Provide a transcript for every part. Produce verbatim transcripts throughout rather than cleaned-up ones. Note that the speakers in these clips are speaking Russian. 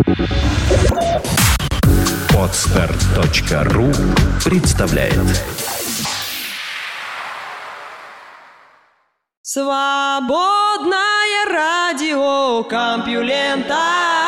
Подстар точка ру представляет. Свободное радио Компьюлента.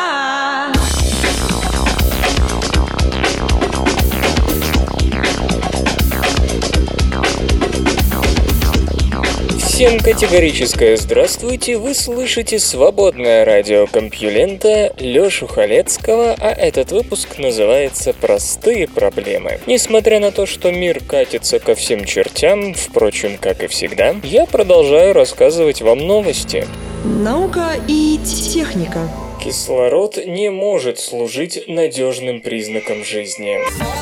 Всем категорическое здравствуйте, вы слышите свободное радио Компьюлента, Лёшу Халецкого, а этот выпуск называется «Простые проблемы». Несмотря на то, что мир катится ко всем чертям, впрочем, как и всегда, я продолжаю рассказывать вам новости. Наука и техника. Кислород не может служить надежным признаком жизни.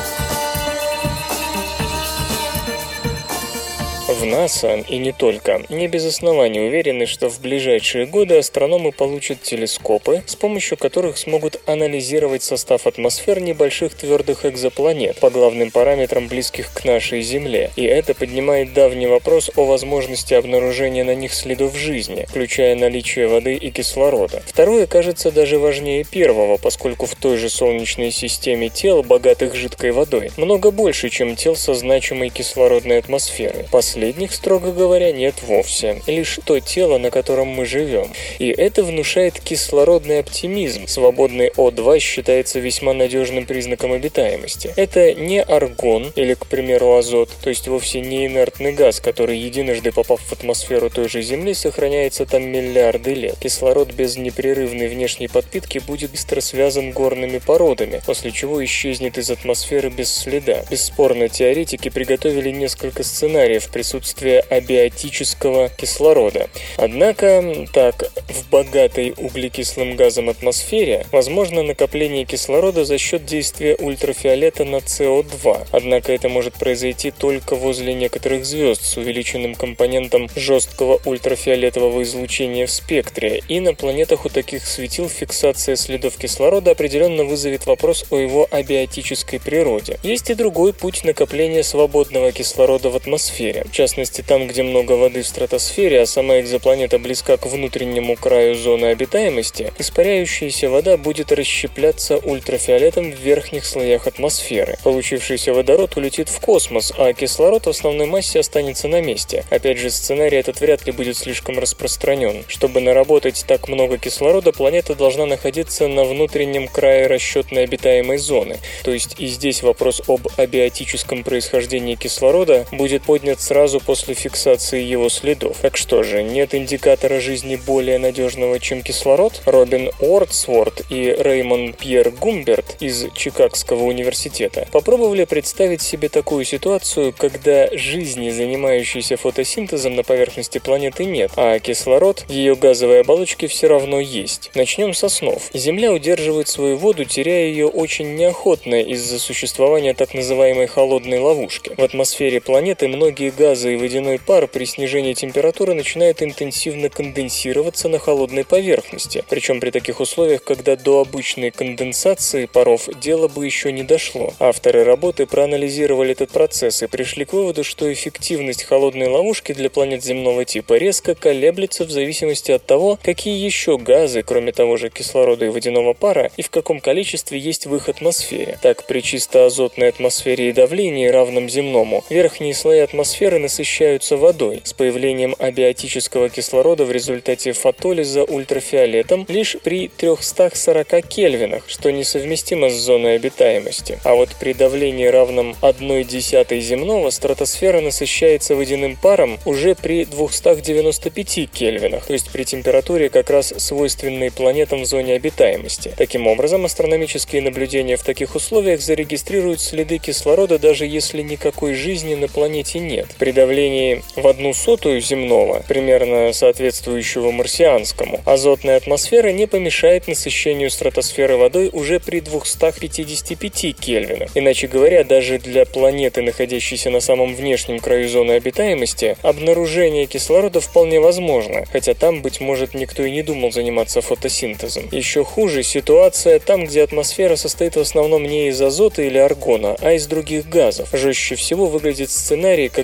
В НАСА, и не только, не без оснований уверены, что в ближайшие годы астрономы получат телескопы, с помощью которых смогут анализировать состав атмосфер небольших твердых экзопланет по главным параметрам, близких к нашей Земле. И это поднимает давний вопрос о возможности обнаружения на них следов жизни, включая наличие воды и кислорода. Второе кажется даже важнее первого, поскольку в той же Солнечной системе тел, богатых жидкой водой, много больше, чем тел со значимой кислородной атмосферой. Последних, строго говоря, нет вовсе. Лишь то тело, на котором мы живем. И это внушает кислородный оптимизм. Свободный О два считается весьма надежным признаком обитаемости. Это не аргон или, к примеру, азот, то есть вовсе не инертный газ, который, единожды попав в атмосферу той же Земли, сохраняется там миллиарды лет. Кислород без непрерывной внешней подпитки будет быстро связан горными породами, после чего исчезнет из атмосферы без следа. Бесспорно, теоретики приготовили несколько сценариев присутствия абиотического кислорода. Однако, так, в богатой углекислым газом атмосфере возможно накопление кислорода за счет действия ультрафиолета на С О два. Однако это может произойти только возле некоторых звезд с увеличенным компонентом жесткого ультрафиолетового излучения в спектре, и на планетах у таких светил фиксация следов кислорода определенно вызовет вопрос о его абиотической природе. Есть и другой путь накопления свободного кислорода в атмосфере. В частности, там, где много воды в стратосфере, а сама экзопланета близка к внутреннему краю зоны обитаемости, испаряющаяся вода будет расщепляться ультрафиолетом в верхних слоях атмосферы. Получившийся водород улетит в космос, а кислород в основной массе останется на месте. Опять же, сценарий этот вряд ли будет слишком распространен. Чтобы наработать так много кислорода, планета должна находиться на внутреннем крае расчетной обитаемой зоны. То есть и здесь вопрос об абиотическом происхождении кислорода будет поднят сразу после фиксации его следов. Так что же, нет индикатора жизни более надежного, чем кислород? Робин Уордсворт и Реймонд Пьер Гумберт из Чикагского университета попробовали представить себе такую ситуацию, когда жизни, занимающейся фотосинтезом, на поверхности планеты нет, а кислород в ее газовой оболочке все равно есть. Начнем с основ. Земля удерживает свою воду, теряя ее очень неохотно из-за существования так называемой холодной ловушки. В атмосфере планеты многие газы и водяной пар при снижении температуры начинают интенсивно конденсироваться на холодной поверхности. Причем при таких условиях, когда до обычной конденсации паров дело бы еще не дошло. Авторы работы проанализировали этот процесс и пришли к выводу, что эффективность холодной ловушки для планет земного типа резко колеблется в зависимости от того, какие еще газы, кроме того же кислорода и водяного пара, и в каком количестве есть в их атмосфере. Так, при чисто азотной атмосфере и давлении, равном земному, верхние слои атмосферы насыщаются водой. С появлением абиотического кислорода в результате фотолиза ультрафиолетом лишь при трехстах сорока кельвинах, что несовместимо с зоной обитаемости. А вот при давлении, равном одной десятой земного, стратосфера насыщается водяным паром уже при двухстах девяноста пяти кельвинах, то есть при температуре, как раз свойственной планетам в зоне обитаемости. Таким образом, астрономические наблюдения в таких условиях зарегистрируют следы кислорода, даже если никакой жизни на планете нет. При давлении в одну сотую земного, примерно соответствующего марсианскому, азотная атмосфера не помешает насыщению стратосферы водой уже при двухстах пятидесяти пяти кельвинах. Иначе говоря, даже для планеты, находящейся на самом внешнем краю зоны обитаемости, обнаружение кислорода вполне возможно, хотя там, быть может, никто и не думал заниматься фотосинтезом. Еще хуже ситуация там, где атмосфера состоит в основном не из азота или аргона, а из других газов. Жестче всего выглядит сценарий, когда в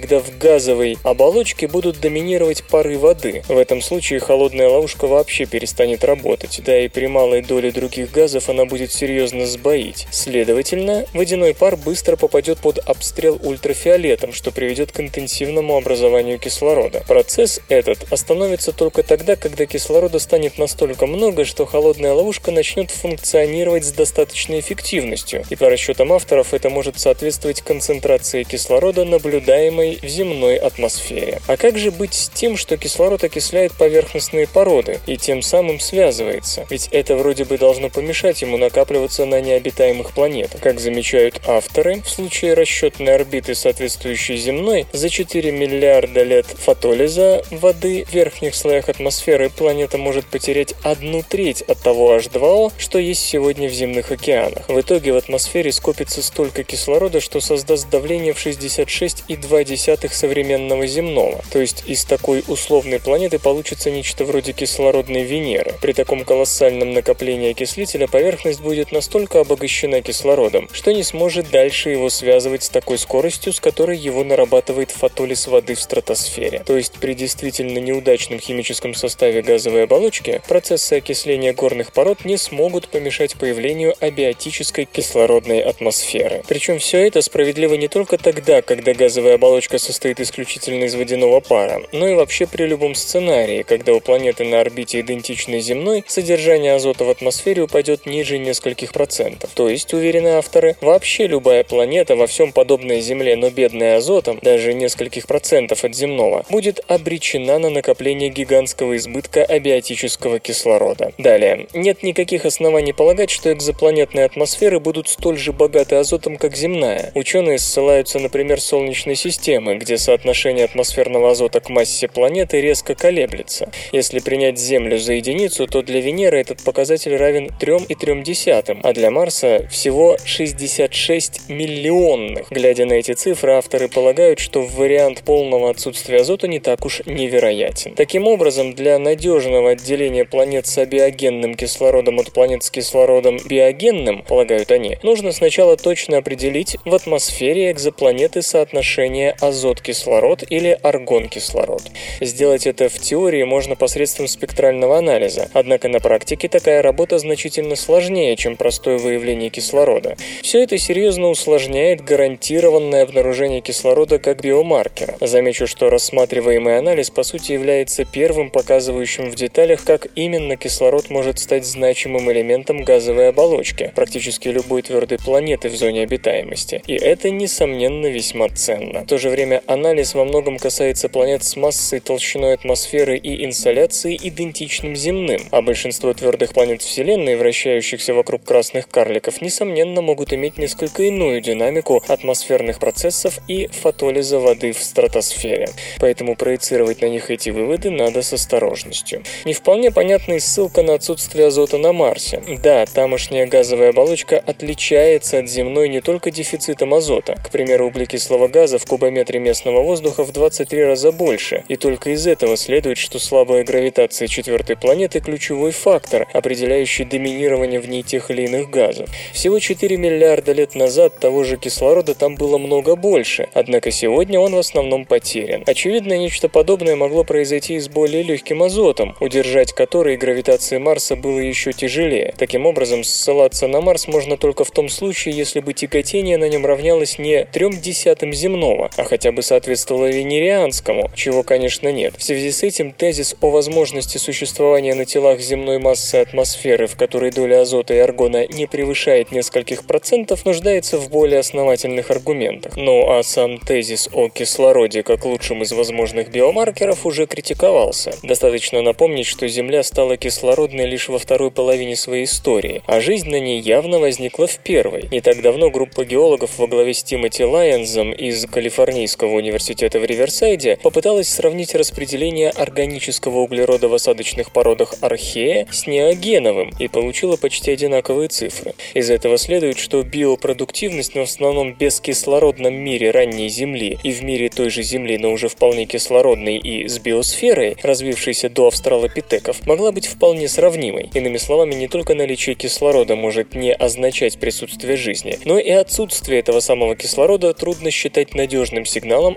газовой оболочке будут доминировать пары воды. В этом случае холодная ловушка вообще перестанет работать, да и при малой доле других газов она будет серьезно сбоить. Следовательно, водяной пар быстро попадет под обстрел ультрафиолетом, что приведет к интенсивному образованию кислорода. Процесс этот остановится только тогда, когда кислорода станет настолько много, что холодная ловушка начнет функционировать с достаточной эффективностью, и по расчетам авторов это может соответствовать концентрации кислорода, наблюдаемой в земной атмосфере. А как же быть с тем, что кислород окисляет поверхностные породы и тем самым связывается? Ведь это вроде бы должно помешать ему накапливаться на необитаемых планетах. Как замечают авторы, в случае расчетной орбиты, соответствующей земной, за четыре миллиарда лет фотолиза воды в верхних слоях атмосферы планета может потерять одну треть от того эйч два о, что есть сегодня в земных океанах. В итоге в атмосфере скопится столько кислорода, что создаст давление в шестьдесят шесть и два десятых современного земного. То есть из такой условной планеты получится нечто вроде кислородной Венеры. При таком колоссальном накоплении окислителя поверхность будет настолько обогащена кислородом, что не сможет дальше его связывать с такой скоростью, с которой его нарабатывает фотолиз воды в стратосфере. То есть при действительно неудачном химическом составе газовой оболочки процессы окисления горных пород не смогут помешать появлению абиотической кислородной атмосферы. Причем все это справедливо не только тогда, когда газовая оболочка состоит исключительно из водяного пара, но и вообще при любом сценарии, когда у планеты на орбите идентичной земной содержание азота в атмосфере упадет ниже нескольких процентов. То есть, уверены авторы, вообще любая планета, во всем подобная Земле, но бедная азотом, даже нескольких процентов от земного, будет обречена на накопление гигантского избытка абиотического кислорода. Далее. Нет никаких оснований полагать, что экзопланетные атмосферы будут столь же богаты азотом, как земная. Ученые ссылаются на пример Солнечной системы, где соотношение атмосферного азота к массе планеты резко колеблется. Если принять Землю за единицу, то для Венеры этот показатель равен три и три десятых, а для Марса всего шестьдесят шесть миллионных. Глядя на эти цифры, авторы полагают, что вариант полного отсутствия азота не так уж невероятен. Таким образом, для надежного отделения планет с абиогенным кислородом от планет с кислородом биогенным, полагают они, нужно сначала точно определить в атмосфере экзопланеты соотношение азот-кислород или аргон-кислород. Сделать это в теории можно посредством спектрального анализа, однако на практике такая работа значительно сложнее, чем простое выявление кислорода. Все это серьезно усложняет гарантированное обнаружение кислорода как биомаркера. Замечу, что рассматриваемый анализ по сути является первым показывающим в деталях, как именно кислород может стать значимым элементом газовой оболочки практически любой твердой планеты в зоне обитаемости. И это, несомненно, весьма ценно. В то же время анализ во многом касается планет с массой, толщиной атмосферы и инсоляцией, идентичным земным, а большинство твердых планет Вселенной, вращающихся вокруг красных карликов, несомненно, могут иметь несколько иную динамику атмосферных процессов и фотолиза воды в стратосфере. Поэтому проецировать на них эти выводы надо с осторожностью. Не вполне понятна и ссылка на отсутствие азота на Марсе. Да, тамошняя газовая оболочка отличается от земной не только дефицитом азота. К примеру, углекислого газа в кубометре местного воздуха в двадцать три раза больше, и только из этого следует, что слабая гравитация четвертой планеты – ключевой фактор, определяющий доминирование в ней тех или иных газов. Всего четыре миллиарда лет назад того же кислорода там было много больше, однако сегодня он в основном потерян. Очевидно, нечто подобное могло произойти и с более легким азотом, удержать который гравитации Марса было еще тяжелее. Таким образом, ссылаться на Марс можно только в том случае, если бы тяготение на нем равнялось не трем десятым земного, а хотя бы соответствовало венерианскому, чего, конечно, нет. В связи с этим тезис о возможности существования на телах земной массы атмосферы, в которой доля азота и аргона не превышает нескольких процентов, нуждается в более основательных аргументах. Ну а сам тезис о кислороде как лучшем из возможных биомаркеров уже критиковался. Достаточно напомнить, что Земля стала кислородной лишь во второй половине своей истории, а жизнь на ней явно возникла в первой. Не так давно группа геологов во главе с Тимоти Лайонзом из Калифорнийского университета в Риверсайде попыталась сравнить распределение органического углерода в осадочных породах архея с неогеновым и получила почти одинаковые цифры. Из этого следует, что биопродуктивность в основном бескислородном мире ранней Земли и в мире той же Земли, но уже вполне кислородной и с биосферой, развившейся до австралопитеков, могла быть вполне сравнимой. Иными словами, не только наличие кислорода может не означать присутствие жизни, но и отсутствие этого самого кислорода трудно считать надежным сигналом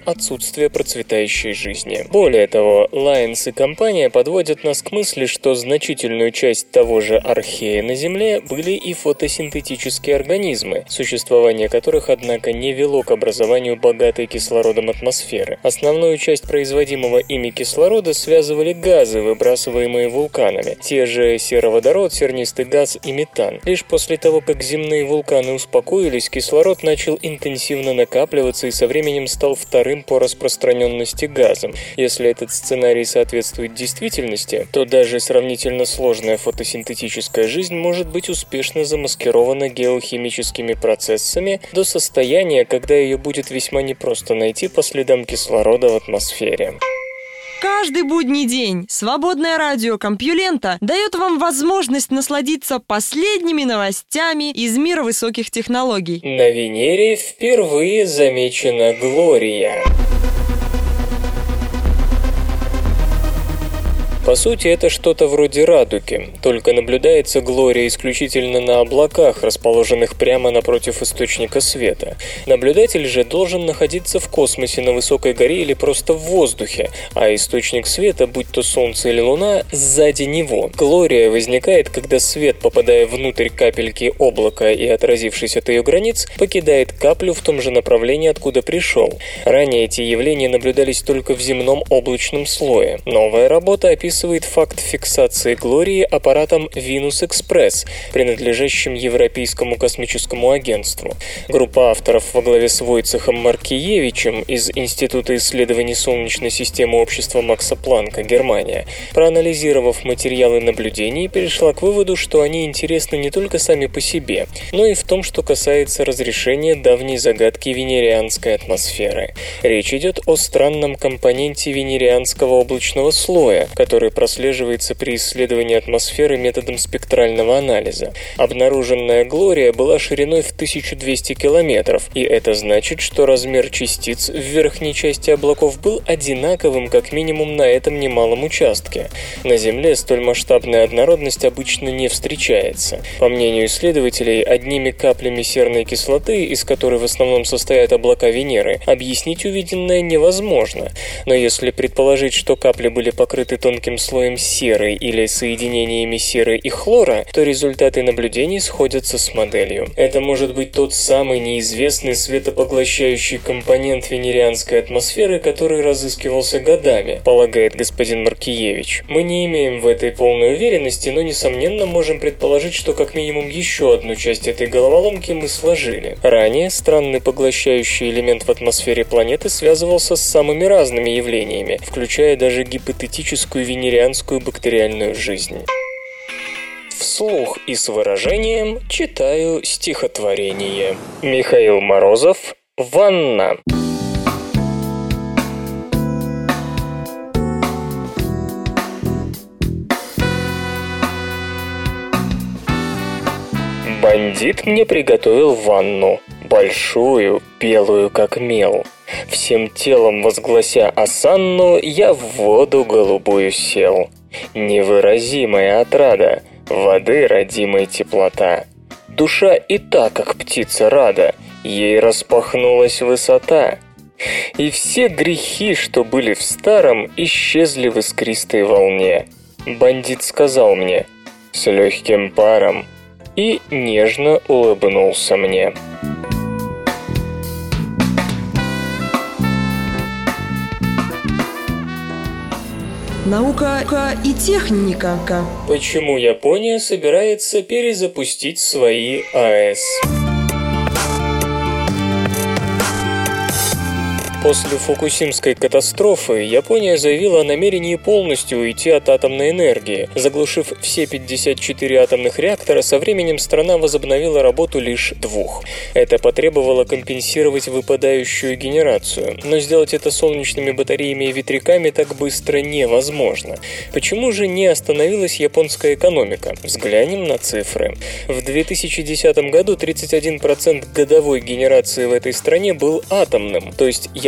отсутствия процветающей жизни. Более того, Лайнс и компания подводят нас к мысли, что значительную часть того же архея на Земле были и фотосинтетические организмы, существование которых, однако, не вело к образованию богатой кислородом атмосферы. Основную часть производимого ими кислорода связывали газы, выбрасываемые вулканами, те же сероводород, сернистый газ и метан. Лишь после того, как земные вулканы успокоились, кислород начал интенсивно накапливаться и со временем стал вторым по распространенности газом. Если этот сценарий соответствует действительности, то даже сравнительно сложная фотосинтетическая жизнь может быть успешно замаскирована геохимическими процессами до состояния, когда ее будет весьма непросто найти по следам кислорода в атмосфере. Каждый будний день свободное радио Компьюлента дает вам возможность насладиться последними новостями из мира высоких технологий. На Венере впервые замечена Глория. По сути, это что-то вроде радуги, только наблюдается Глория исключительно на облаках, расположенных прямо напротив источника света. Наблюдатель же должен находиться в космосе, на высокой горе или просто в воздухе, а источник света, будь то Солнце или Луна, сзади него. Глория возникает, когда свет, попадая внутрь капельки облака и отразившись от ее границ, покидает каплю в том же направлении, откуда пришел. Ранее эти явления наблюдались только в земном облачном слое. Новая работа описывает описывает факт фиксации Глории аппаратом Venus-Express, принадлежащим Европейскому космическому агентству. Группа авторов во главе с Войцехом Маркиевичем из Института исследований Солнечной системы общества Макса Планка, Германия, проанализировав материалы наблюдений, перешла к выводу, что они интересны не только сами по себе, но и в том, что касается разрешения давней загадки венерианской атмосферы. Речь идет о странном компоненте венерианского облачного слоя, который прослеживается при исследовании атмосферы методом спектрального анализа. Обнаруженная Глория была шириной в тысячу двести километров, и это значит, что размер частиц в верхней части облаков был одинаковым как минимум на этом немалом участке. На Земле столь масштабная однородность обычно не встречается. По мнению исследователей, одними каплями серной кислоты, из которой в основном состоят облака Венеры, объяснить увиденное невозможно. Но если предположить, что капли были покрыты тонким слоем серы или соединениями серы и хлора, то результаты наблюдений сходятся с моделью. Это может быть тот самый неизвестный светопоглощающий компонент венерианской атмосферы, который разыскивался годами, полагает господин Маркиевич. Мы не имеем в этой полной уверенности, но несомненно можем предположить, что как минимум еще одну часть этой головоломки мы сложили. Ранее странный поглощающий элемент в атмосфере планеты связывался с самыми разными явлениями, включая даже гипотетическую венерианскую бактериальную жизнь. Вслух и с выражением читаю стихотворение. Михаил Морозов. Ванна. Бандит мне приготовил ванну, большую, белую как мел. Всем телом возглася осанну, я в воду голубую сел. Невыразимая отрада, воды родимой теплота. Душа и та, как птица рада, ей распахнулась высота. И все грехи, что были в старом, исчезли в искристой волне. Бандит сказал мне с легким паром и нежно улыбнулся мне. Наука и техника. Почему Япония собирается перезапустить свои АЭС? После Фукусимской катастрофы Япония заявила о намерении полностью уйти от атомной энергии. Заглушив все пятьдесят четыре атомных реактора, со временем страна возобновила работу лишь двух. Это потребовало компенсировать выпадающую генерацию, но сделать это солнечными батареями и ветряками так быстро невозможно. Почему же не остановилась японская экономика? Взглянем на цифры. В две тысячи десятом году тридцать один процент годовой генерации в этой стране был атомным, то есть Япония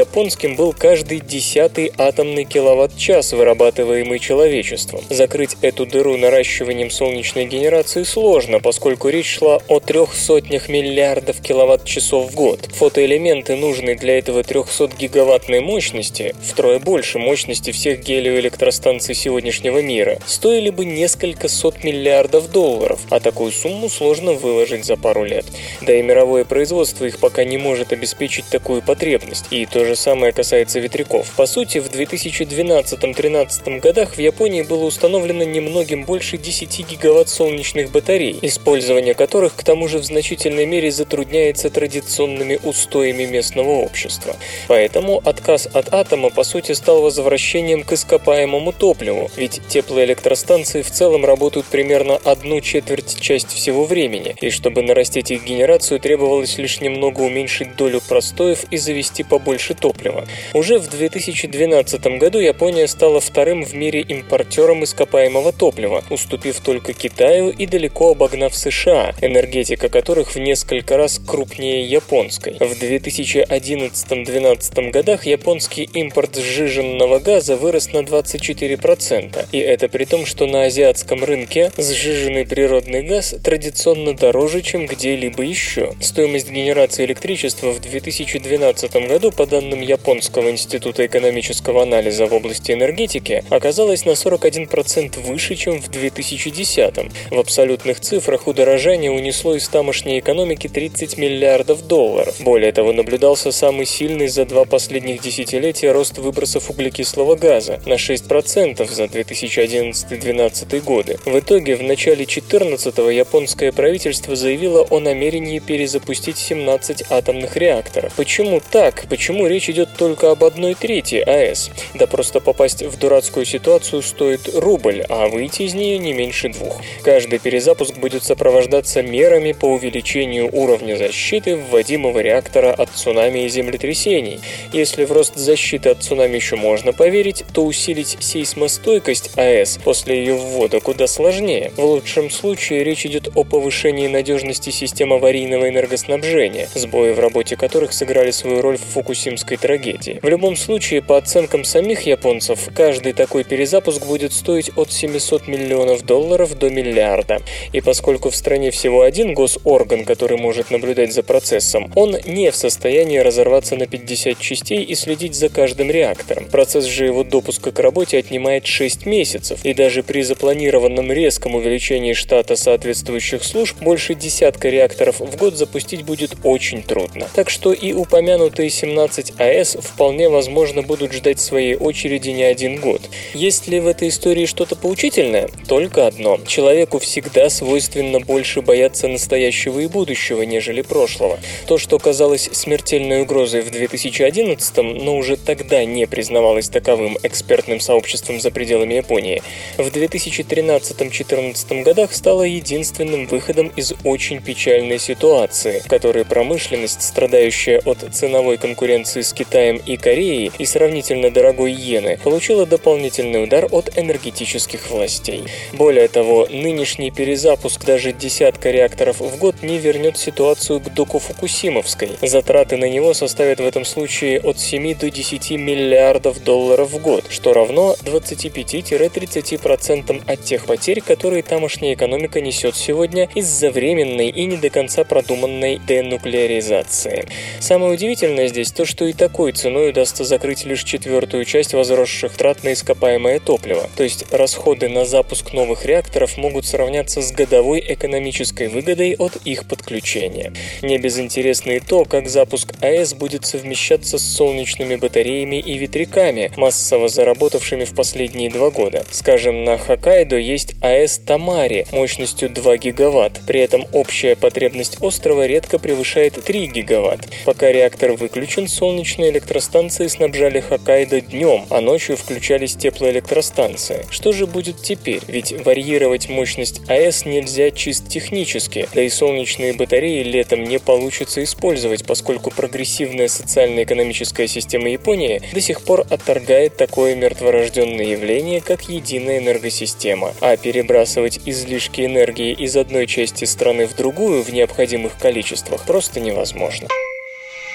японским был каждый десятый атомный киловатт-час, вырабатываемый человечеством. Закрыть эту дыру наращиванием солнечной генерации сложно, поскольку речь шла о трех сотнях миллиардов киловатт-часов в год. Фотоэлементы, нужные для этого трехсотгигаваттной мощности, втрое больше мощности всех гелиоэлектростанций сегодняшнего мира, стоили бы несколько сот миллиардов долларов, а такую сумму сложно выложить за пару лет. Да и мировое производство их пока не может обеспечить такую потребность. И то же самое касается ветряков. По сути, в две тысячи двенадцатом-тринадцатом годах в Японии было установлено немногим больше десяти гигаватт солнечных батарей, использование которых к тому же в значительной мере затрудняется традиционными устоями местного общества. Поэтому отказ от атома по сути стал возвращением к ископаемому топливу, ведь теплоэлектростанции в целом работают примерно одну четверть часть всего времени, и чтобы нарастить их генерацию, требовалось лишь немного уменьшить долю простоев и завести побольше топлива. Уже в две тысячи двенадцатом году Япония стала вторым в мире импортером ископаемого топлива, уступив только Китаю и далеко обогнав США, энергетика которых в несколько раз крупнее японской. В две тысячи одиннадцатом-двенадцатом годах японский импорт сжиженного газа вырос на двадцать четыре процента, и это при том, что на азиатском рынке сжиженный природный газ традиционно дороже, чем где-либо еще. Стоимость генерации электричества в две тысячи двенадцатом году, по данным Японского института экономического анализа в области энергетики, оказалась на сорок один процент выше, чем в две тысячи десятом. В абсолютных цифрах удорожание унесло из тамошней экономики тридцать миллиардов долларов. Более того, наблюдался самый сильный за два последних десятилетия рост выбросов углекислого газа на шесть процентов за две тысячи одиннадцатый-двенадцатый годы. В итоге, в начале две тысячи четырнадцатого японское правительство заявило о намерении перезапустить семнадцать атомных реакторов. Почему так? Почему речь идет только об одной трети АЭС? Да просто попасть в дурацкую ситуацию стоит рубль, а выйти из нее не меньше двух. Каждый перезапуск будет сопровождаться мерами по увеличению уровня защиты вводимого реактора от цунами и землетрясений. Если в рост защиты от цунами еще можно поверить, то усилить сейсмостойкость АЭС после ее ввода куда сложнее. В лучшем случае речь идет о повышении надежности систем аварийного энергоснабжения, сбои в работе которых сыграли свою роль в фукусимской трагедии. В любом случае, по оценкам самих японцев, каждый такой перезапуск будет стоить от семисот миллионов долларов до миллиарда. И поскольку в стране всего один госорган, который может наблюдать за процессом, он не в состоянии разорваться на пятьдесят частей и следить за каждым реактором. Процесс же его допуска к работе отнимает шесть месяцев, и даже при запланированном резком увеличении штата соответствующих служб больше десятка реакторов в год запустить будет очень трудно. Так что и упомянутые семнадцать АЭС вполне возможно будут ждать своей очереди не один год. Есть ли в этой истории что-то поучительное? Только одно. Человеку всегда свойственно больше бояться настоящего и будущего, нежели прошлого. То, что казалось смертельной угрозой в две тысячи одиннадцатом, но уже тогда не признавалось таковым экспертным сообществом за пределами Японии, в две тысячи тринадцатом-четырнадцатом годах стало единственным выходом из очень печальной ситуации, в которой промышленность, страдающая от ценовой конкуренции с Китаем и Кореей и сравнительно дорогой иены, получила дополнительный удар от энергетических властей. Более того, нынешний перезапуск даже десятка реакторов в год не вернет ситуацию к докуфукусимовской. Затраты на него составят в этом случае от семи до десяти миллиардов долларов в год, что равно двадцати пяти — тридцати процентам от тех потерь, которые тамошняя экономика несет сегодня из-за временной и не до конца продуманной денуклеаризации. Самое удивительное здесь то, что и такой ценой удастся закрыть лишь четвертую часть возросших трат на ископаемое топливо, то есть расходы на запуск новых реакторов могут сравняться с годовой экономической выгодой от их подключения. Не безинтересно и то, как запуск АЭС будет совмещаться с солнечными батареями и ветряками, массово заработавшими в последние два года. Скажем, на Хоккайдо есть АЭС Тамари мощностью два гигаватт, при этом общая потребность острова редко превышает три гигаватт. Пока реактор выключен, солнечные электростанции снабжали Хоккайдо днем, а ночью включались теплоэлектростанции. Что же будет теперь? Ведь варьировать мощность АЭС нельзя чисто технически, да и солнечные батареи летом не получится использовать, поскольку прогрессивная социально-экономическая система Японии до сих пор отторгает такое мертворожденное явление, как единая энергосистема, а перебрасывать излишки энергии из одной части страны в другую в необходимых количествах просто невозможно.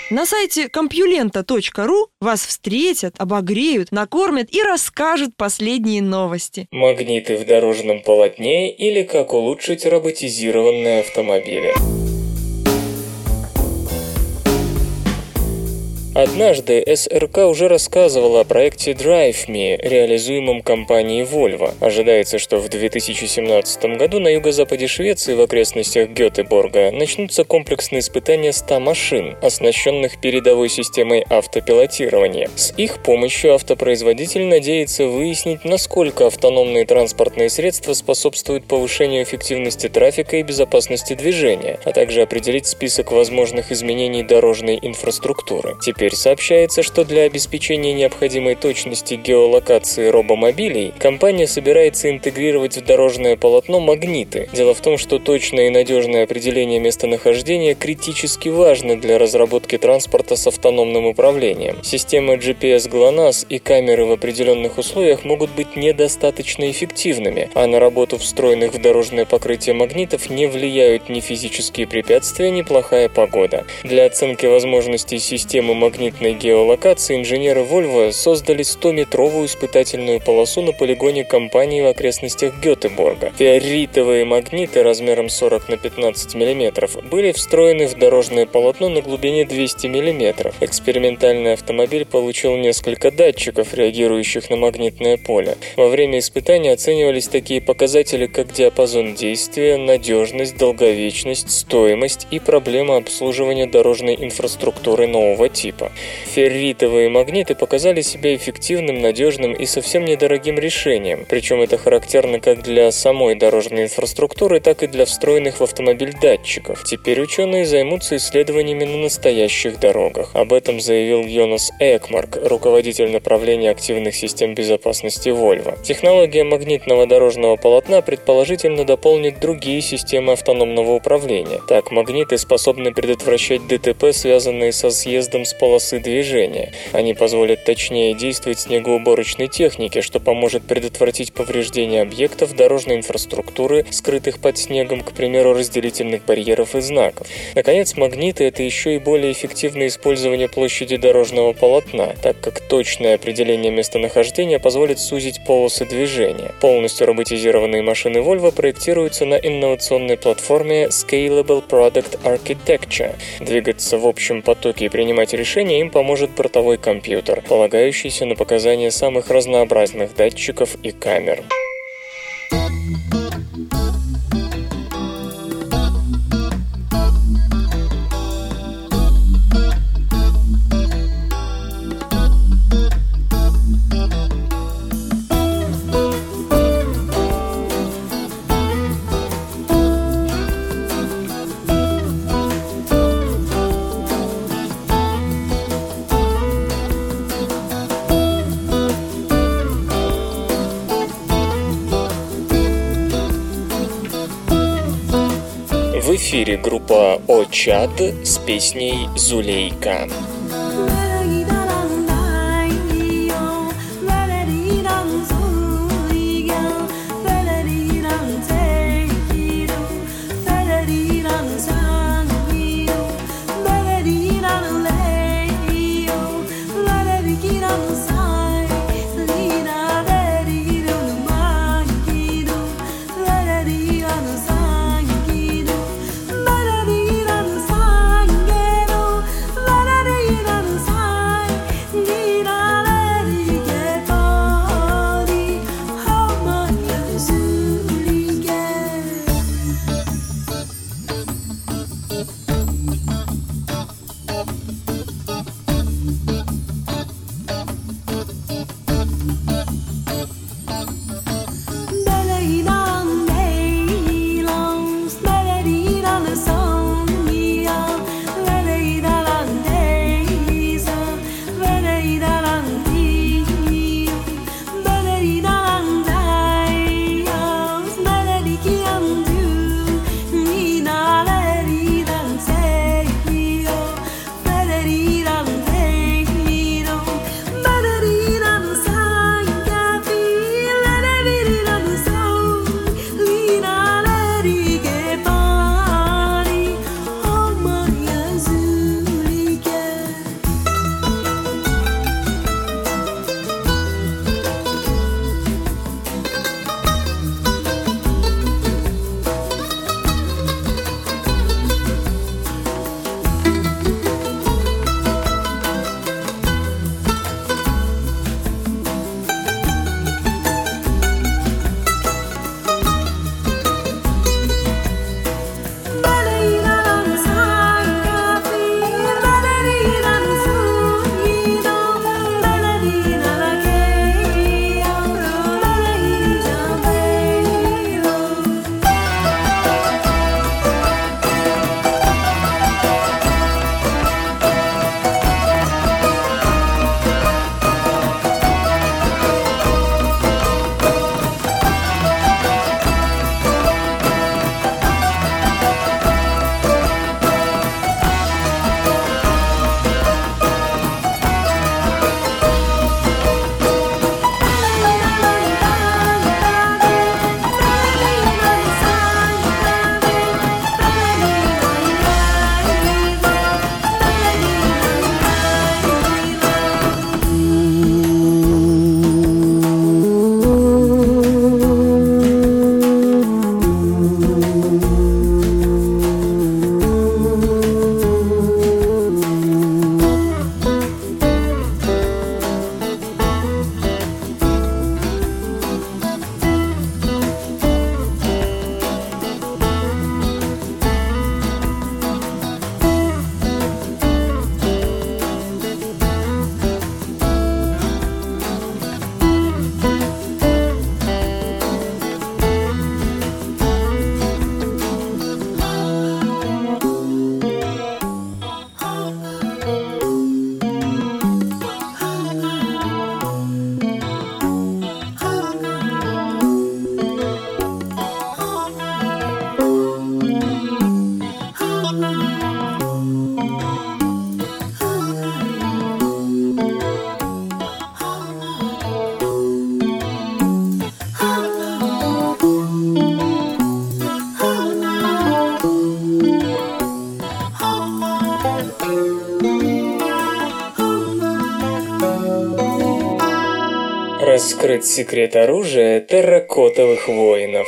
На сайте компьюлента точка ру вас встретят, обогреют, накормят и расскажут последние новости. Магниты в дорожном полотне или как улучшить роботизированные автомобили. Однажды эс эр ка уже рассказывала о проекте DriveMe, реализуемом компанией Volvo. Ожидается, что в две тысячи семнадцатом году на юго-западе Швеции в окрестностях Гетеборга начнутся комплексные испытания ста машин, оснащенных передовой системой автопилотирования. С их помощью автопроизводитель надеется выяснить, насколько автономные транспортные средства способствуют повышению эффективности трафика и безопасности движения, а также определить список возможных изменений дорожной инфраструктуры. Теперь сообщается, что для обеспечения необходимой точности геолокации робомобилей компания собирается интегрировать в дорожное полотно магниты. Дело в том, что точное и надежное определение местонахождения критически важно для разработки транспорта с автономным управлением. Система джи пи эс ГЛОНАСС и камеры в определенных условиях могут быть недостаточно эффективными, а на работу встроенных в дорожное покрытие магнитов не влияют ни физические препятствия, ни плохая погода. Для оценки возможностей системы магнитной геолокации инженеры Volvo создали стометровую испытательную полосу на полигоне компании в окрестностях Гетеборга. Ферритовые магниты размером сорок на пятнадцать миллиметров были встроены в дорожное полотно на глубине двести миллиметров. Экспериментальный автомобиль получил несколько датчиков, реагирующих на магнитное поле. Во время испытаний оценивались такие показатели, как диапазон действия, надежность, долговечность, стоимость и проблема обслуживания дорожной инфраструктуры нового типа. Ферритовые магниты показали себя эффективным, надежным и совсем недорогим решением, причем это характерно как для самой дорожной инфраструктуры, так и для встроенных в автомобиль датчиков. Теперь ученые займутся исследованиями на настоящих дорогах. Об этом заявил Йонас Экмарк, руководитель направления активных систем безопасности Volvo. Технология магнитного дорожного полотна предположительно дополнит другие системы автономного управления. Так, магниты способны предотвращать ДТП, связанные со съездом с полосы движения. Они позволят точнее действовать снегоуборочной технике, что поможет предотвратить повреждения объектов дорожной инфраструктуры, скрытых под снегом, к примеру, разделительных барьеров и знаков. Наконец, магниты — это еще и более эффективное использование площади дорожного полотна, так как точное определение местонахождения позволит сузить полосы движения. Полностью роботизированные машины Volvo проектируются на инновационной платформе Scalable Product Architecture. Двигаться в общем потоке и принимать решения им поможет бортовой компьютер, полагающийся на показания самых разнообразных датчиков и камер. В эфире группа Очад с песней «Зулейка». Sang Раскрыт секрет оружия терракотовых воинов.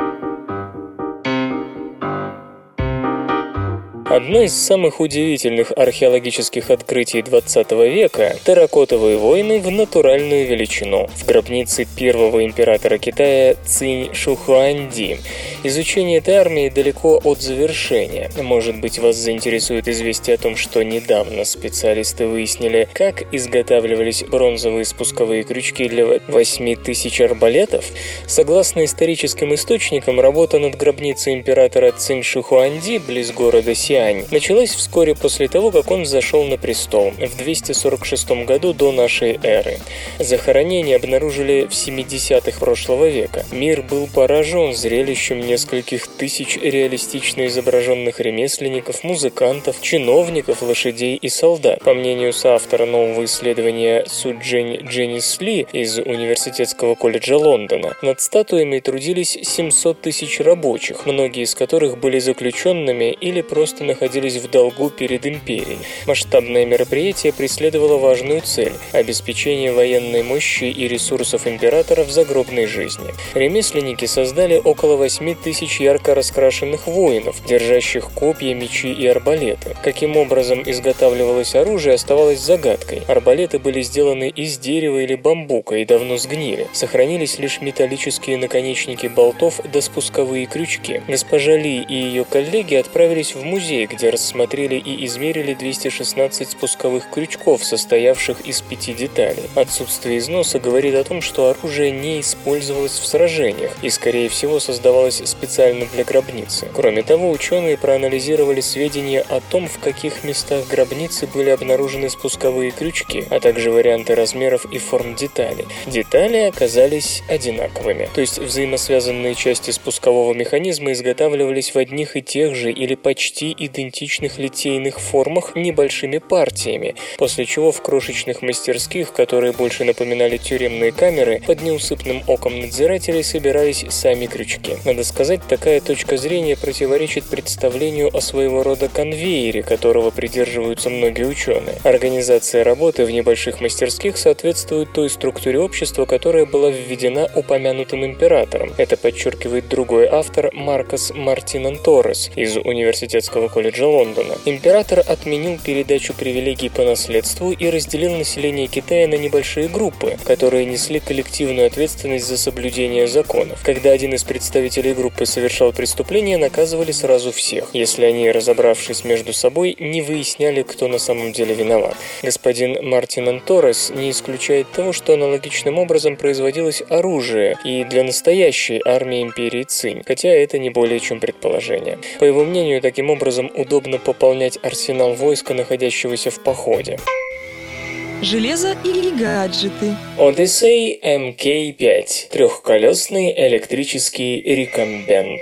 Одно из самых удивительных археологических открытий двадцатого века – терракотовые войны в натуральную величину в гробнице первого императора Китая Цинь Шухуанди. Изучение этой армии далеко от завершения. Может быть, вас заинтересует известие о том, что недавно специалисты выяснили, как изготавливались бронзовые спусковые крючки для восьми тысяч арбалетов? Согласно историческим источникам, работа над гробницей императора Цинь Шухуанди близ города Сиань началась вскоре после того, как он взошел на престол в двести сорок шестом году до нашей эры. Захоронение обнаружили в семидесятых прошлого века. Мир был поражен зрелищем нескольких тысяч реалистично изображенных ремесленников, музыкантов, чиновников, лошадей и солдат. По мнению соавтора нового исследования Суджень Дженнис Ли из Университетского колледжа Лондона, над статуями трудились семьсот тысяч рабочих, многие из которых были заключенными или просто находились в долгу перед империей. Масштабное мероприятие преследовало важную цель – обеспечение военной мощи и ресурсов императора в загробной жизни. Ремесленники создали около восьми тысяч ярко раскрашенных воинов, держащих копья, мечи и арбалеты. Каким образом изготавливалось оружие, оставалось загадкой. Арбалеты были сделаны из дерева или бамбука и давно сгнили. Сохранились лишь металлические наконечники болтов да спусковые крючки. Госпожа Ли и ее коллеги отправились в музей, где рассмотрели и измерили двести шестнадцать спусковых крючков, состоявших из пяти деталей. Отсутствие износа говорит о том, что оружие не использовалось в сражениях и, скорее всего, создавалось специально для гробницы. Кроме того, ученые проанализировали сведения о том, в каких местах гробницы были обнаружены спусковые крючки, а также варианты размеров и форм деталей. Детали оказались одинаковыми, то есть взаимосвязанные части спускового механизма изготавливались в одних и тех же или почти идентичных литейных формах небольшими партиями, после чего в крошечных мастерских, которые больше напоминали тюремные камеры, под неусыпным оком надзирателей собирались сами крючки. Надо сказать, такая точка зрения противоречит представлению о своего рода конвейере, которого придерживаются многие ученые. Организация работы в небольших мастерских соответствует той структуре общества, которая была введена упомянутым императором. Это подчеркивает другой автор Маркос Мартинан Торрес из Университетского колледжа Лондона. Император отменил передачу привилегий по наследству и разделил население Китая на небольшие группы, которые несли коллективную ответственность за соблюдение законов. Когда один из представителей группы совершал преступление, наказывали сразу всех, если они, разобравшись между собой, не выясняли, кто на самом деле виноват. Господин Мартинан Торрес не исключает того, что аналогичным образом производилось оружие и для настоящей армии империи Цинь, хотя это не более чем предположение. По его мнению, таким образом удобно пополнять арсенал войска, находящегося в походе. Железо или гаджеты? Odyssey эм кей пять – трехколесный электрический рекомбент.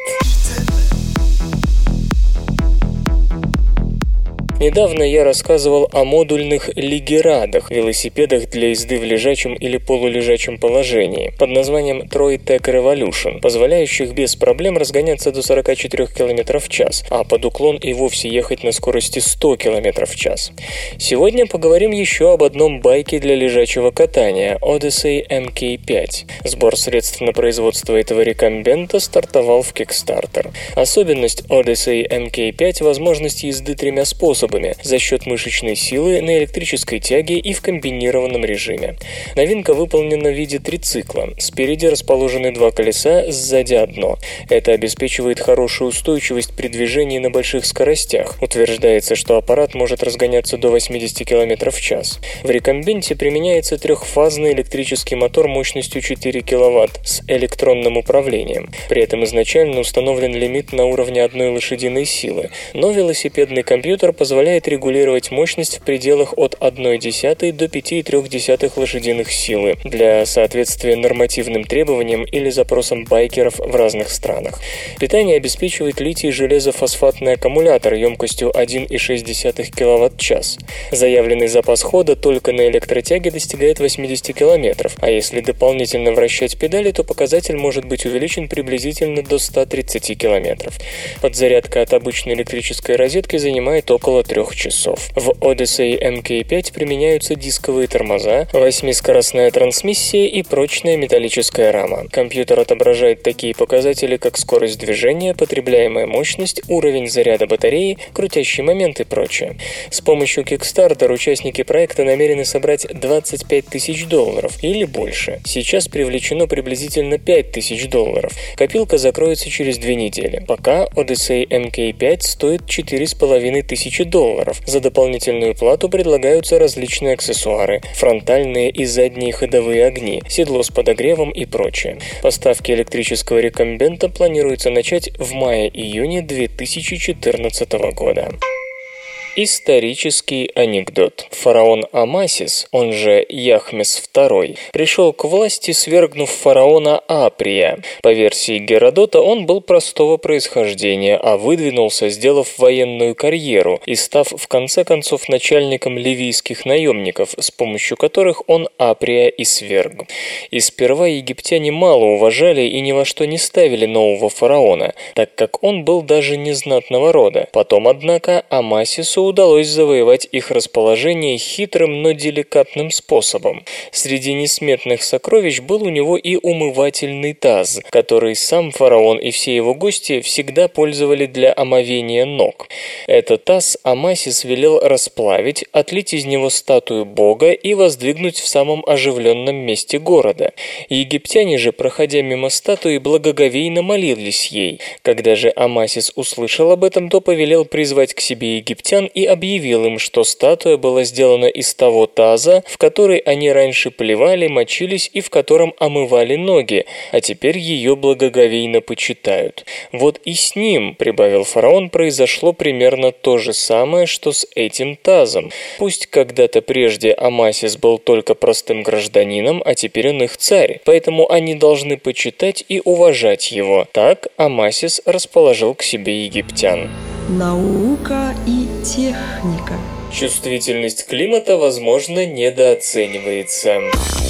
Недавно я рассказывал о модульных лигерадах, велосипедах для езды в лежачем или полулежачем положении, под названием Troy-Tech Revolution, позволяющих без проблем разгоняться до сорок четыре километра в час, а под уклон и вовсе ехать на скорости сто километров в час. Сегодня поговорим еще об одном байке для лежачего катания – Odyssey эм кей пять. Сбор средств на производство этого рекомбента стартовал в Kickstarter. Особенность Odyssey эм кей пять – возможность езды тремя способами за счет мышечной силы, на электрической тяге и в комбинированном режиме. Новинка выполнена в виде трицикла. Спереди расположены два колеса, сзади одно. Это обеспечивает хорошую устойчивость при движении на больших скоростях. Утверждается, что аппарат может разгоняться до восемьдесят километров в час. В рекомбенте применяется трехфазный электрический мотор мощностью четыре киловатта с электронным управлением. При этом изначально установлен лимит на уровне одной лошадиной силы, но велосипедный компьютер позволяет позволяет регулировать мощность в пределах от одной десятой до пяти и трёх десятых лошадиных силы для соответствия нормативным требованиям или запросам байкеров в разных странах. Питание обеспечивает литий-железофосфатный аккумулятор емкостью один и шесть десятых киловатт-час. Заявленный запас хода только на электротяге достигает восемьдесят километров, а если дополнительно вращать педали, то показатель может быть увеличен приблизительно до ста тридцати километров. Подзарядка от обычной электрической розетки занимает около трех часов. В Odyssey эм кей пять применяются дисковые тормоза, восьмискоростная трансмиссия и прочная металлическая рама. Компьютер отображает такие показатели, как скорость движения, потребляемая мощность, уровень заряда батареи, крутящий момент и прочее. С помощью Kickstarter участники проекта намерены собрать двадцать пять тысяч долларов или больше. Сейчас привлечено приблизительно пять тысяч долларов. Копилка закроется через две недели. Пока Odyssey эм кей пять стоит четыре с половиной тысячи долларов. За дополнительную плату предлагаются различные аксессуары, фронтальные и задние ходовые огни, седло с подогревом и прочее. Поставки электрического рекомбента планируется начать в мае-июне две тысячи четырнадцатого года. Исторический анекдот. Фараон Амасис, он же Яхмес второй, пришел к власти, свергнув фараона Априя. По версии Геродота, он был простого происхождения, а выдвинулся, сделав военную карьеру и став в конце концов начальником ливийских наемников, с помощью которых он Априя и сверг. И сперва египтяне мало уважали и ни во что не ставили нового фараона, так как он был даже незнатного рода. Потом, однако, Амасису удалось завоевать их расположение хитрым, но деликатным способом. Среди несметных сокровищ был у него и умывательный таз, который сам фараон и все его гости всегда пользовали для омовения ног. Этот таз Амасис велел расплавить, отлить из него статую бога и воздвигнуть в самом оживленном месте города. Египтяне же, проходя мимо статуи, благоговейно молились ей. Когда же Амасис услышал об этом, то повелел призвать к себе египтян и объявил им, что статуя была сделана из того таза, в который они раньше плевали, мочились и в котором омывали ноги, а теперь ее благоговейно почитают. Вот и с ним, прибавил фараон, произошло примерно то же самое, что с этим тазом. Пусть когда-то прежде Амасис был только простым гражданином, а теперь он их царь, поэтому они должны почитать и уважать его. Так Амасис расположил к себе египтян. Наука и техника. Чувствительность климата, возможно, недооценивается.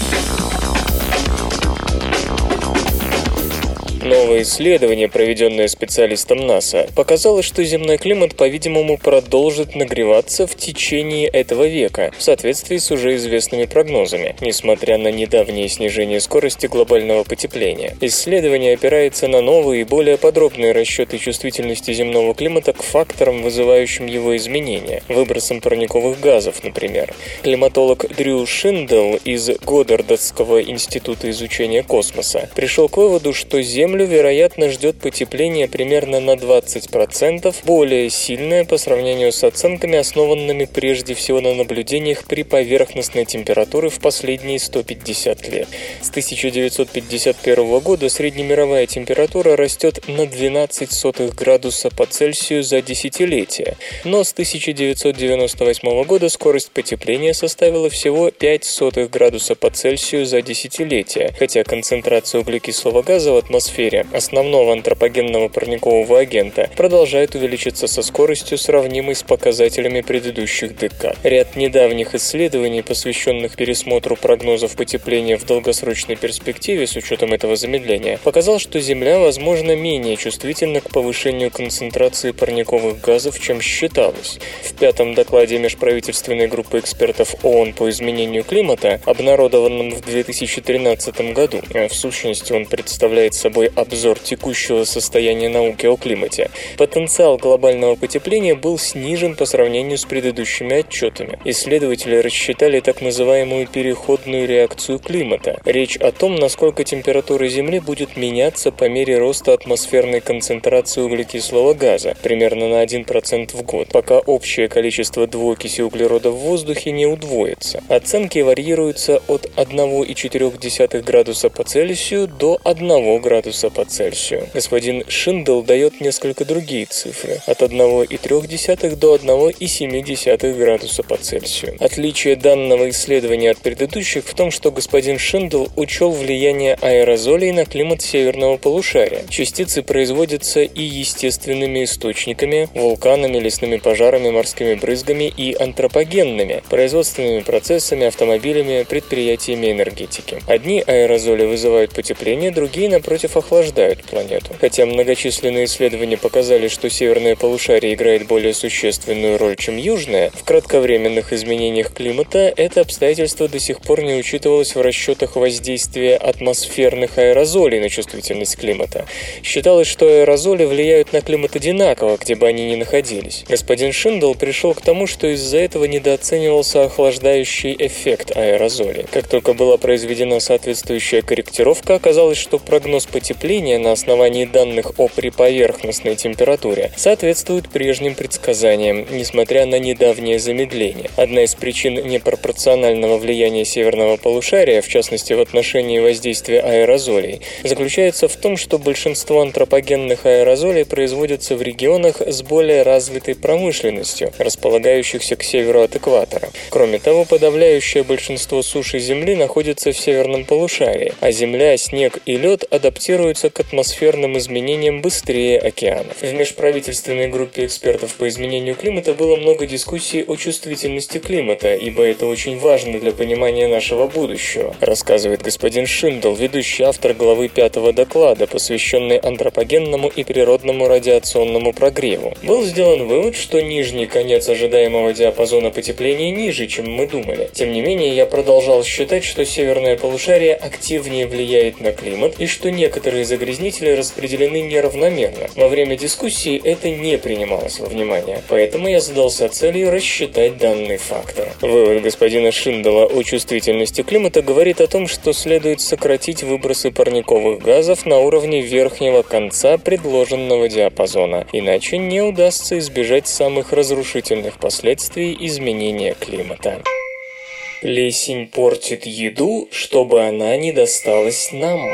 Новое исследование, проведенное специалистом НАСА, показало, что земной климат, по-видимому, продолжит нагреваться в течение этого века, в соответствии с уже известными прогнозами, несмотря на недавнее снижение скорости глобального потепления. Исследование опирается на новые и более подробные расчеты чувствительности земного климата к факторам, вызывающим его изменения, выбросам парниковых газов, например. Климатолог Дрю Шиндл из Годдардского института изучения космоса пришел к выводу, что Землю вероятно, ждет потепление примерно на двадцать процентов, более сильное по сравнению с оценками, основанными прежде всего на наблюдениях при поверхностной температуре в последние сто пятьдесят лет. С тысяча девятьсот пятьдесят первого года среднемировая температура растет на двенадцать сотых градуса по Цельсию за десятилетие, но с тысяча девятьсот девяносто восьмого года скорость потепления составила всего пять сотых градуса по Цельсию за десятилетие, хотя концентрация углекислого газа в атмосфере, основного антропогенного парникового агента, продолжает увеличиться со скоростью, сравнимой с показателями предыдущих декад. Ряд недавних исследований, посвященных пересмотру прогнозов потепления в долгосрочной перспективе с учетом этого замедления, показал, что Земля, возможно, менее чувствительна к повышению концентрации парниковых газов, чем считалось. В пятом докладе межправительственной группы экспертов ООН по изменению климата, обнародованном в две тысячи тринадцатом году, в сущности он представляет собой обзор текущего состояния науки о климате, потенциал глобального потепления был снижен по сравнению с предыдущими отчетами. Исследователи рассчитали так называемую переходную реакцию климата. Речь о том, насколько температура Земли будет меняться по мере роста атмосферной концентрации углекислого газа, примерно на один процент в год, пока общее количество двуокиси углерода в воздухе не удвоится. Оценки варьируются от одного целых четырех десятых градуса по Цельсию до одного градуса по Цельсию. Господин Шиндл дает несколько другие цифры, от одного целых трёх десятых до одного целых семи десятых градуса по Цельсию. Отличие данного исследования от предыдущих в том, что господин Шиндл учел влияние аэрозолей на климат северного полушария. Частицы производятся и естественными источниками, вулканами, лесными пожарами, морскими брызгами и антропогенными, производственными процессами, автомобилями, предприятиями энергетики. Одни аэрозоли вызывают потепление, другие, напротив, охлаждают планету. Хотя многочисленные исследования показали, что северное полушарие играет более существенную роль, чем южное, в кратковременных изменениях климата это обстоятельство до сих пор не учитывалось в расчетах воздействия атмосферных аэрозолей на чувствительность климата. Считалось, что аэрозоли влияют на климат одинаково, где бы они ни находились. Господин Шиндл пришел к тому, что из-за этого недооценивался охлаждающий эффект аэрозолей. Как только была произведена соответствующая корректировка, оказалось, что прогноз потепления на основании данных о приповерхностной температуре соответствует прежним предсказаниям, несмотря на недавнее замедление. Одна из причин непропорционального влияния северного полушария, в частности в отношении воздействия аэрозолей, заключается в том, что большинство антропогенных аэрозолей производятся в регионах с более развитой промышленностью, располагающихся к северу от экватора. Кроме того, подавляющее большинство суши Земли находится в северном полушарии, а земля, снег и лед адаптируются к атмосферным изменениям быстрее океанов. В межправительственной группе экспертов по изменению климата было много дискуссий о чувствительности климата, ибо это очень важно для понимания нашего будущего, рассказывает господин Шиндл, ведущий автор главы пятого доклада, посвященной антропогенному и природному радиационному прогреву. Был сделан вывод, что нижний конец ожидаемого диапазона потепления ниже, чем мы думали. Тем не менее, я продолжал считать, что северное полушарие активнее влияет на климат и что некоторые загрязнители распределены неравномерно. Во время дискуссии это не принималось во внимание, поэтому я задался целью рассчитать данный фактор. Вывод господина Шиндала о чувствительности климата говорит о том, что следует сократить выбросы парниковых газов на уровне верхнего конца предложенного диапазона, иначе не удастся избежать самых разрушительных последствий изменения климата. Плесень портит еду, чтобы она не досталась нам.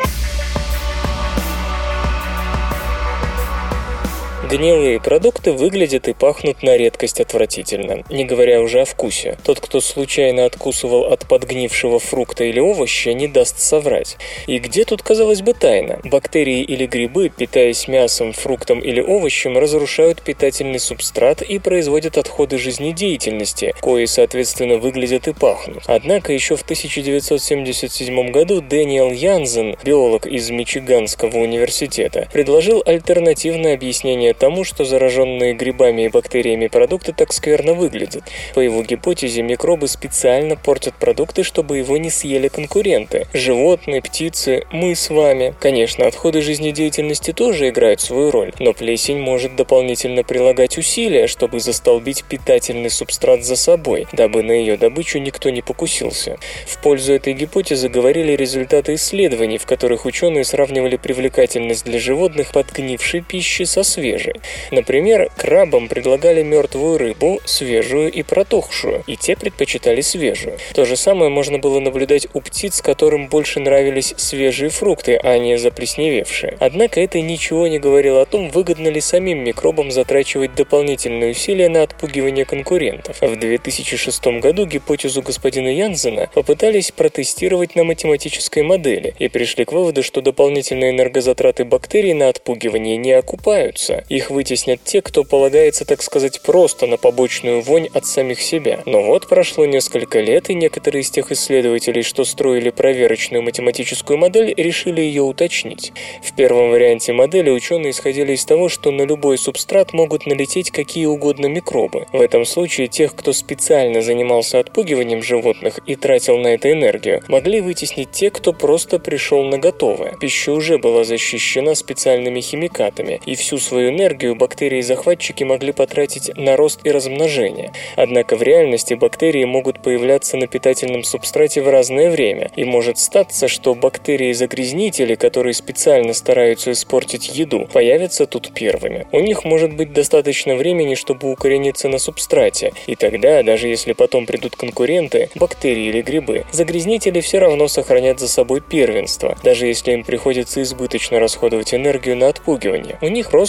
Гнилые продукты выглядят и пахнут на редкость отвратительно, не говоря уже о вкусе. Тот, кто случайно откусывал от подгнившего фрукта или овоща, не даст соврать. И где тут, казалось бы, тайна? Бактерии или грибы, питаясь мясом, фруктом или овощем, разрушают питательный субстрат и производят отходы жизнедеятельности, кои, соответственно, выглядят и пахнут. Однако еще в тысяча девятьсот семьдесят седьмом году Дэниел Янсен, биолог из Мичиганского университета, предложил альтернативное объяснение тому, что зараженные грибами и бактериями продукты так скверно выглядят. По его гипотезе, микробы специально портят продукты, чтобы его не съели конкуренты. Животные, птицы, мы с вами. Конечно, отходы жизнедеятельности тоже играют свою роль, но плесень может дополнительно прилагать усилия, чтобы застолбить питательный субстрат за собой, дабы на ее добычу никто не покусился. В пользу этой гипотезы говорили результаты исследований, в которых ученые сравнивали привлекательность для животных подгнившей пищи со свежей. Например, крабам предлагали мертвую рыбу, свежую и протухшую, и те предпочитали свежую. То же самое можно было наблюдать у птиц, которым больше нравились свежие фрукты, а не заплесневевшие. Однако это ничего не говорило о том, выгодно ли самим микробам затрачивать дополнительные усилия на отпугивание конкурентов. В две тысячи шестом году гипотезу господина Янсена попытались протестировать на математической модели и пришли к выводу, что дополнительные энергозатраты бактерий на отпугивание не окупаются. Их вытеснят те, кто полагается, так сказать, просто на побочную вонь от самих себя. Но вот прошло несколько лет, и некоторые из тех исследователей, что строили проверочную математическую модель, решили ее уточнить. В первом варианте модели ученые исходили из того, что на любой субстрат могут налететь какие угодно микробы. В этом случае тех, кто специально занимался отпугиванием животных и тратил на это энергию, могли вытеснить те, кто просто пришел на готовое. Пища уже была защищена специальными химикатами, и всю свою энергию бактерии-захватчики могли потратить на рост и размножение. Однако в реальности бактерии могут появляться на питательном субстрате в разное время, и может статься, что бактерии-загрязнители, которые специально стараются испортить еду, появятся тут первыми. У них может быть достаточно времени, чтобы укорениться на субстрате, и тогда, даже если потом придут конкуренты, бактерии или грибы, загрязнители все равно сохранят за собой первенство, даже если им приходится избыточно расходовать энергию на отпугивание. У них просто будет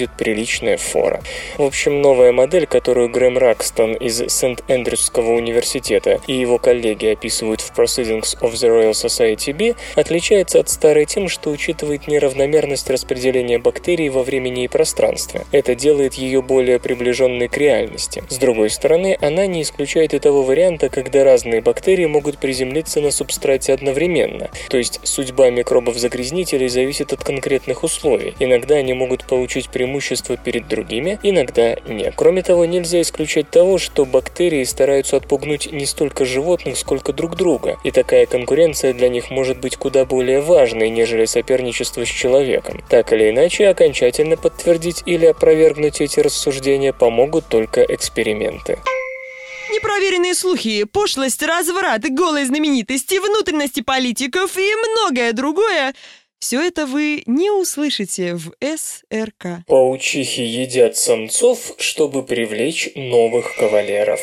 будет приличная фора. В общем, новая модель, которую Грэм Ракстон из Сент-Эндрюсского университета и его коллеги описывают в Proceedings of the Royal Society B, отличается от старой тем, что учитывает неравномерность распределения бактерий во времени и пространстве. Это делает ее более приближенной к реальности. С другой стороны, она не исключает и того варианта, когда разные бактерии могут приземлиться на субстрате одновременно. То есть судьба микробов-загрязнителей зависит от конкретных условий. Иногда они могут получить преимущество перед другими, иногда нет. Кроме того, нельзя исключать того, что бактерии стараются отпугнуть не столько животных, сколько друг друга, и такая конкуренция для них может быть куда более важной, нежели соперничество с человеком. Так или иначе, окончательно подтвердить или опровергнуть эти рассуждения помогут только эксперименты. Непроверенные слухи, пошлость, разврат, голые знаменитости, внутренности политиков и многое другое – все это вы не услышите в эс эр ка. Паучихи едят самцов, чтобы привлечь новых кавалеров.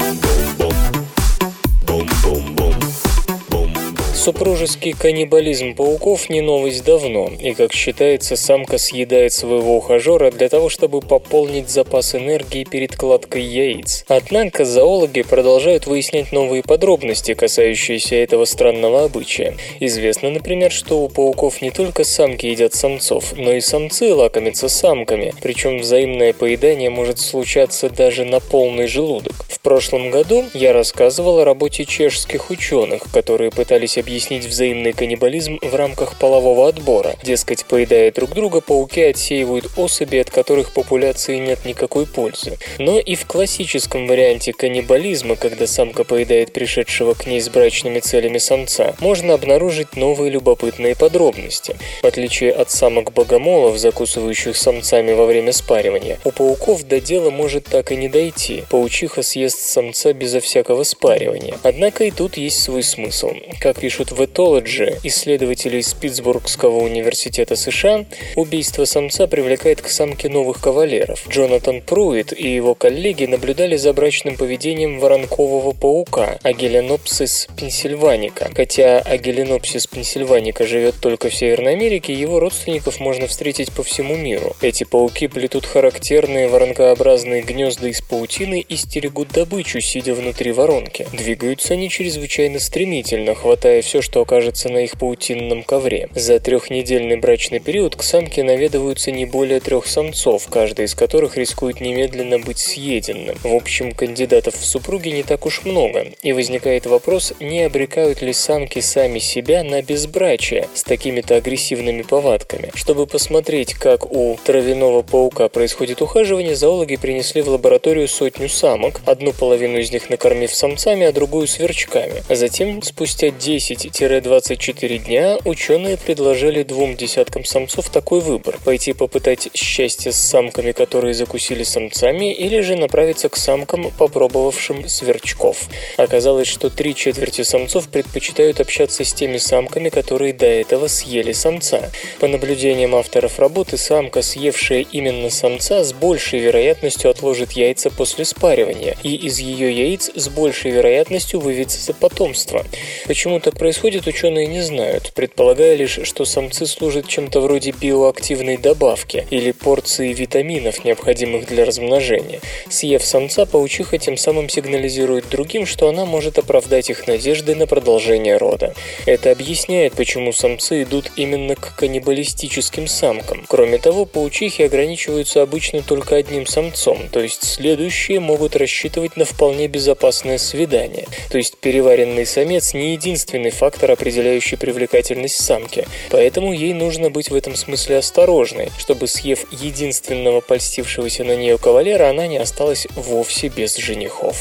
Супружеский каннибализм пауков не новость давно, и, как считается, самка съедает своего ухажера для того, чтобы пополнить запас энергии перед кладкой яиц. Однако зоологи продолжают выяснять новые подробности, касающиеся этого странного обычая. Известно, например, что у пауков не только самки едят самцов, но и самцы лакомятся самками, причем взаимное поедание может случаться даже на полный желудок. В прошлом году я рассказывал о работе чешских ученых, которые пытались объяснить объяснить взаимный каннибализм в рамках полового отбора. Дескать, поедая друг друга, пауки отсеивают особи, от которых популяции нет никакой пользы. Но и в классическом варианте каннибализма, когда самка поедает пришедшего к ней с брачными целями самца, можно обнаружить новые любопытные подробности. В отличие от самок-богомолов, закусывающих самцами во время спаривания, у пауков до дела может так и не дойти. Паучиха съест самца безо всякого спаривания. Однако и тут есть свой смысл. Как пишут в Etology исследователи из Питтсбургского университета США, убийство самца привлекает к самке новых кавалеров. Джонатан Пруит и его коллеги наблюдали за брачным поведением воронкового паука Agelenopsis pennsylvanica. Хотя Agelenopsis pennsylvanica живет только в Северной Америке, его родственников можно встретить по всему миру. Эти пауки плетут характерные воронкообразные гнезда из паутины и стерегут добычу, сидя внутри воронки. Двигаются они чрезвычайно стремительно, хватая все, что окажется на их паутинном ковре. За трехнедельный брачный период к самке наведываются не более трех самцов, каждый из которых рискует немедленно быть съеденным. В общем, кандидатов в супруги не так уж много, и возникает вопрос, не обрекают ли самки сами себя на безбрачие с такими-то агрессивными повадками. Чтобы посмотреть, как у травяного паука происходит ухаживание, зоологи принесли в лабораторию сотню самок, одну половину из них накормив самцами, а другую сверчками. А затем, спустя десять-двадцать четыре дня, ученые предложили двум десяткам самцов такой выбор – пойти попытать счастье с самками, которые закусили самцами, или же направиться к самкам, попробовавшим сверчков. Оказалось, что три четверти самцов предпочитают общаться с теми самками, которые до этого съели самца. По наблюдениям авторов работы, самка, съевшая именно самца, с большей вероятностью отложит яйца после спаривания, и из ее яиц с большей вероятностью выведется потомство. Почему так происходит, ученые не знают, предполагая лишь, что самцы служат чем-то вроде биоактивной добавки или порции витаминов, необходимых для размножения. Съев самца, паучиха тем самым сигнализирует другим, что она может оправдать их надежды на продолжение рода. Это объясняет, почему самцы идут именно к каннибалистическим самкам. Кроме того, паучихи ограничиваются обычно только одним самцом, то есть следующие могут рассчитывать на вполне безопасное свидание. То есть переваренный самец не единственный фактор, определяющий привлекательность самки, поэтому ей нужно быть в этом смысле осторожной, чтобы, съев единственного польстившегося на нее кавалера, она не осталась вовсе без женихов.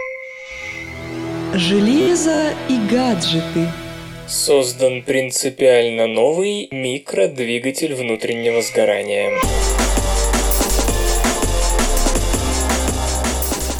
Железо и гаджеты. Создан принципиально новый микродвигатель внутреннего сгорания.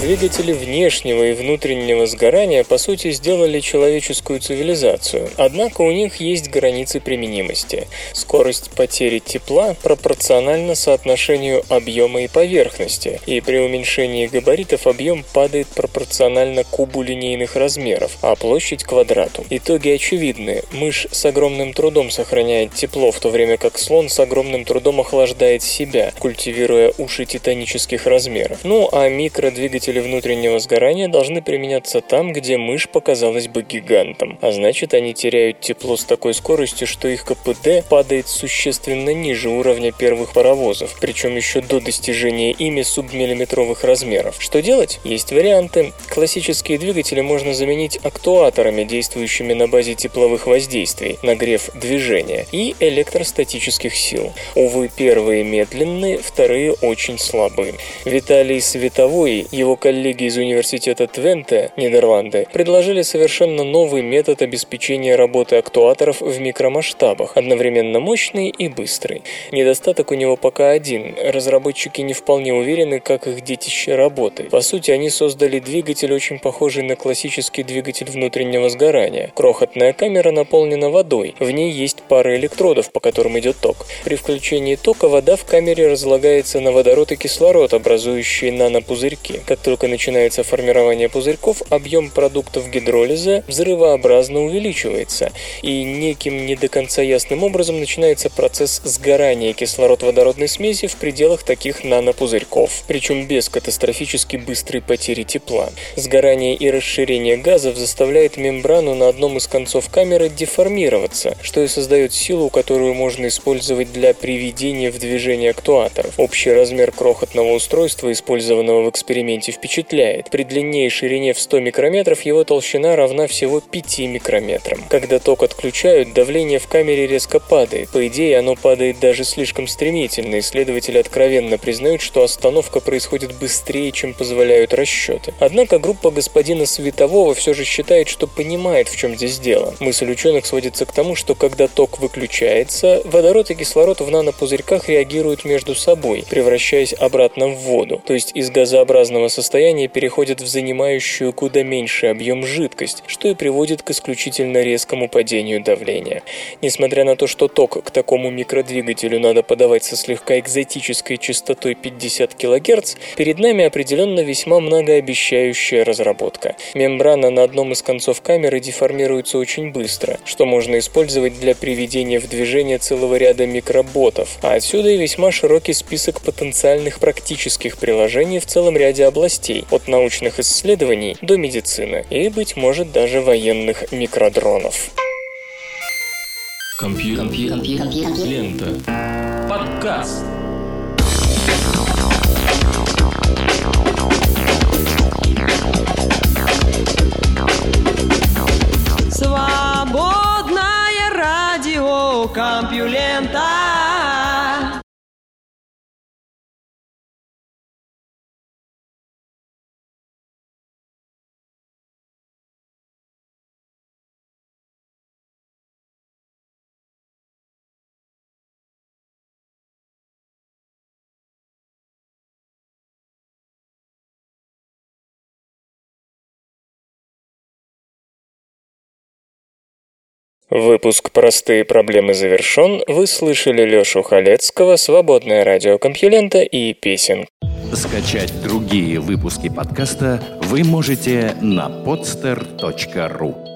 Двигатели внешнего и внутреннего сгорания, по сути, сделали человеческую цивилизацию. Однако у них есть границы применимости. Скорость потери тепла пропорциональна соотношению объема и поверхности, и при уменьшении габаритов объем падает пропорционально кубу линейных размеров, а площадь – квадрату. Итоги очевидны. Мышь с огромным трудом сохраняет тепло, в то время как слон с огромным трудом охлаждает себя, культивируя уши титанических размеров. Ну а микродвигатели внутреннего сгорания должны применяться там, где мышь показалась бы гигантом. А значит, они теряют тепло с такой скоростью, что их КПД падает существенно ниже уровня первых паровозов, причем еще до достижения ими субмиллиметровых размеров. Что делать? Есть варианты. Классические двигатели можно заменить актуаторами, действующими на базе тепловых воздействий, нагрев движения, и электростатических сил. Увы, первые медленные, вторые очень слабые. Виталий Световой, его коллеги из университета Твенте, Нидерланды, предложили совершенно новый метод обеспечения работы актуаторов в микромасштабах, одновременно мощный и быстрый. Недостаток у него пока один. Разработчики не вполне уверены, как их детище работает. По сути, они создали двигатель, очень похожий на классический двигатель внутреннего сгорания. Крохотная камера наполнена водой. В ней есть пара электродов, по которым идет ток. При включении тока вода в камере разлагается на водород и кислород, образующие нанопузырьки. Как только начинается формирование пузырьков, объем продуктов гидролиза взрывообразно увеличивается, и неким не до конца ясным образом начинается процесс сгорания кислород-водородной смеси в пределах таких нанопузырьков, причем без катастрофически быстрой потери тепла. Сгорание и расширение газов заставляет мембрану на одном из концов камеры деформироваться, что и создает силу, которую можно использовать для приведения в движение актуаторов. Общий размер крохотного устройства, использованного в эксперименте, впечатляет. При длине и ширине в сто микрометров его толщина равна всего пяти микрометрам. Когда ток отключают, давление в камере резко падает. По идее, оно падает даже слишком стремительно. Исследователи откровенно признают, что остановка происходит быстрее, чем позволяют расчеты. Однако группа господина Светового все же считает, что понимает, в чем здесь дело. Мысль ученых сводится к тому, что когда ток выключается, водород и кислород в нанопузырьках реагируют между собой, превращаясь обратно в воду. То есть из газообразного состояния переходят в занимающую куда меньший объем жидкость, что и приводит к исключительно резкому падению давления. Несмотря на то, что ток к такому микродвигателю надо подавать со слегка экзотической частотой пятьдесят килогерц, перед нами определенно весьма многообещающая разработка. Мембрана на одном из концов камеры деформируется очень быстро, что можно использовать для приведения в движение целого ряда микроботов, а отсюда и весьма широкий список потенциальных практических приложений в целом ряде областей, от научных исследований до медицины и, быть может, даже военных микродронов. Компьютер. Компьютер. Компьютер. Лента. Подкаст. Свободное радио Компьюлента. Выпуск «Простые проблемы» завершен. Вы слышали Лешу Халецкого, «Свободное радио Компьюлента» и песен. Скачать другие выпуски подкаста вы можете на podster точка ру.